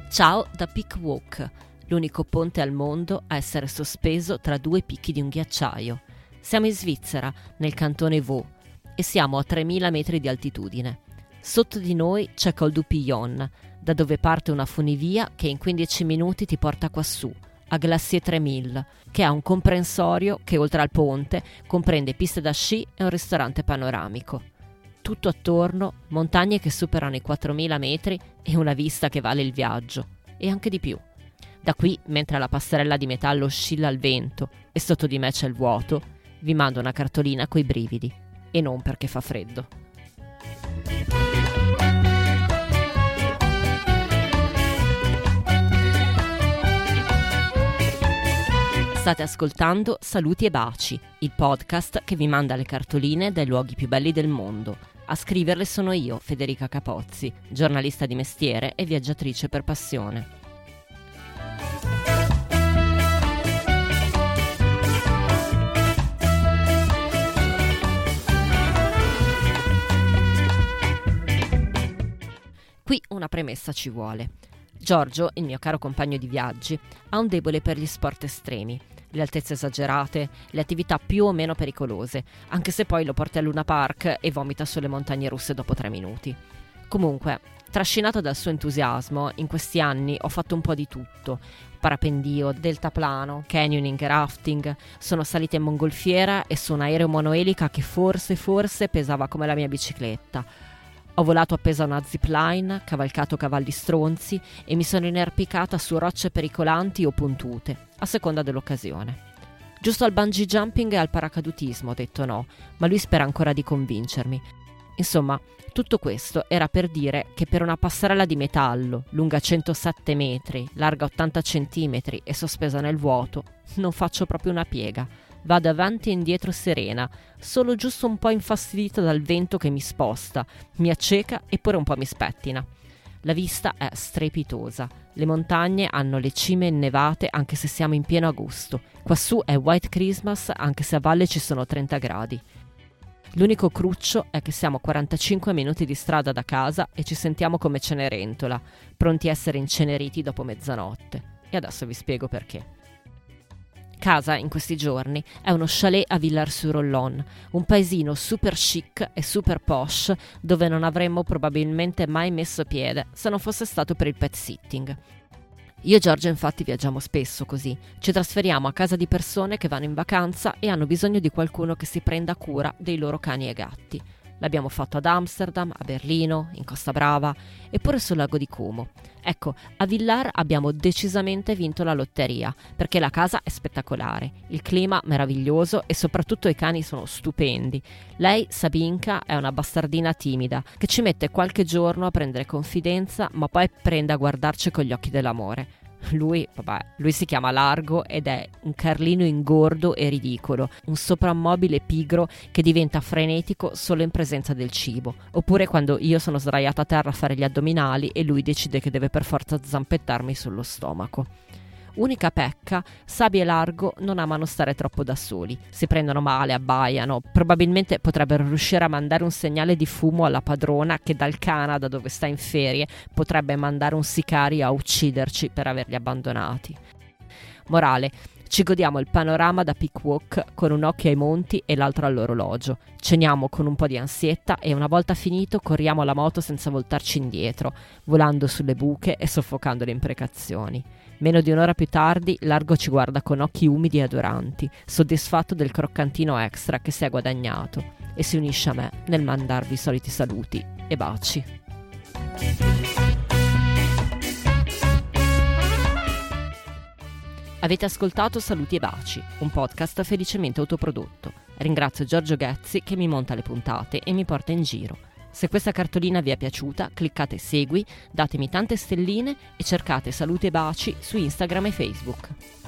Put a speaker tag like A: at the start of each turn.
A: Ciao da Peak Walk, l'unico ponte al mondo a essere sospeso tra due picchi di un ghiacciaio. Siamo in Svizzera, nel cantone Vaud, e siamo a 3000 metri di altitudine. Sotto di noi c'è Col du Pillon, da dove parte una funivia che in 15 minuti ti porta quassù, a Glacier 3000, che ha un comprensorio che oltre al ponte comprende piste da sci e un ristorante panoramico. Tutto attorno, montagne che superano i 4000 metri e una vista che vale il viaggio, e anche di più. Da qui, mentre la passerella di metallo oscilla al vento e sotto di me c'è il vuoto, vi mando una cartolina coi brividi, e non perché fa freddo. State ascoltando Saluti e Baci, il podcast che vi manda le cartoline dai luoghi più belli del mondo. A scriverle sono io, Federica Capozzi, giornalista di mestiere e viaggiatrice per passione. Qui una premessa ci vuole. Giorgio, il mio caro compagno di viaggi, ha un debole per gli sport estremi, le altezze esagerate, le attività più o meno pericolose, anche se poi lo porti al Luna Park e vomita sulle montagne russe dopo 3 minuti. Comunque, trascinato dal suo entusiasmo, in questi anni ho fatto un po' di tutto. Parapendio, deltaplano, canyoning, rafting, sono salita in mongolfiera e su un aereo monoelica che forse pesava come la mia bicicletta. Ho volato appesa a una zipline, cavalcato cavalli stronzi e mi sono inerpicata su rocce pericolanti o puntute, a seconda dell'occasione. Giusto al bungee jumping e al paracadutismo ho detto no, ma lui spera ancora di convincermi. Insomma, tutto questo era per dire che per una passerella di metallo, lunga 107 metri, larga 80 centimetri e sospesa nel vuoto, non faccio proprio una piega. Vado avanti e indietro serena, solo giusto un po' infastidita dal vento che mi sposta, mi acceca e pure un po' mi spettina. La vista è strepitosa, le montagne hanno le cime innevate anche se siamo in pieno agosto, quassù è White Christmas anche se a valle ci sono 30 gradi. L'unico cruccio è che siamo a 45 minuti di strada da casa e ci sentiamo come Cenerentola, pronti a essere inceneriti dopo mezzanotte. E adesso vi spiego perché. Casa in questi giorni è uno chalet a Villars-sur-Ollon, un paesino super chic e super posh dove non avremmo probabilmente mai messo piede se non fosse stato per il pet sitting. Io e Giorgio infatti viaggiamo spesso così, ci trasferiamo a casa di persone che vanno in vacanza e hanno bisogno di qualcuno che si prenda cura dei loro cani e gatti. L'abbiamo fatto ad Amsterdam, a Berlino, in Costa Brava, eppure sul lago di Como. Ecco, a Villar abbiamo decisamente vinto la lotteria, perché la casa è spettacolare, il clima meraviglioso e soprattutto i cani sono stupendi. Lei, Sabinka, è una bastardina timida, che ci mette qualche giorno a prendere confidenza, ma poi prende a guardarci con gli occhi dell'amore. Lui si chiama Largo ed è un carlino ingordo e ridicolo, un soprammobile pigro che diventa frenetico solo in presenza del cibo, oppure quando io sono sdraiata a terra a fare gli addominali e lui decide che deve per forza zampettarmi sullo stomaco. Unica pecca, Sabi e Largo non amano stare troppo da soli, si prendono male, abbaiano, probabilmente potrebbero riuscire a mandare un segnale di fumo alla padrona che dal Canada, dove sta in ferie, potrebbe mandare un sicario a ucciderci per averli abbandonati. Morale, ci godiamo il panorama da Peak Walk con un occhio ai monti e l'altro all'orologio, ceniamo con un po' di ansietta e una volta finito corriamo alla moto senza voltarci indietro, volando sulle buche e soffocando le imprecazioni. Meno di un'ora più tardi, Largo ci guarda con occhi umidi e adoranti, soddisfatto del croccantino extra che si è guadagnato, e si unisce a me nel mandarvi i soliti saluti e baci. Avete ascoltato Saluti e Baci, un podcast felicemente autoprodotto. Ringrazio Giorgio Ghezzi che mi monta le puntate e mi porta in giro. Se questa cartolina vi è piaciuta, cliccate segui, datemi tante stelline e cercate Saluti e Baci su Instagram e Facebook.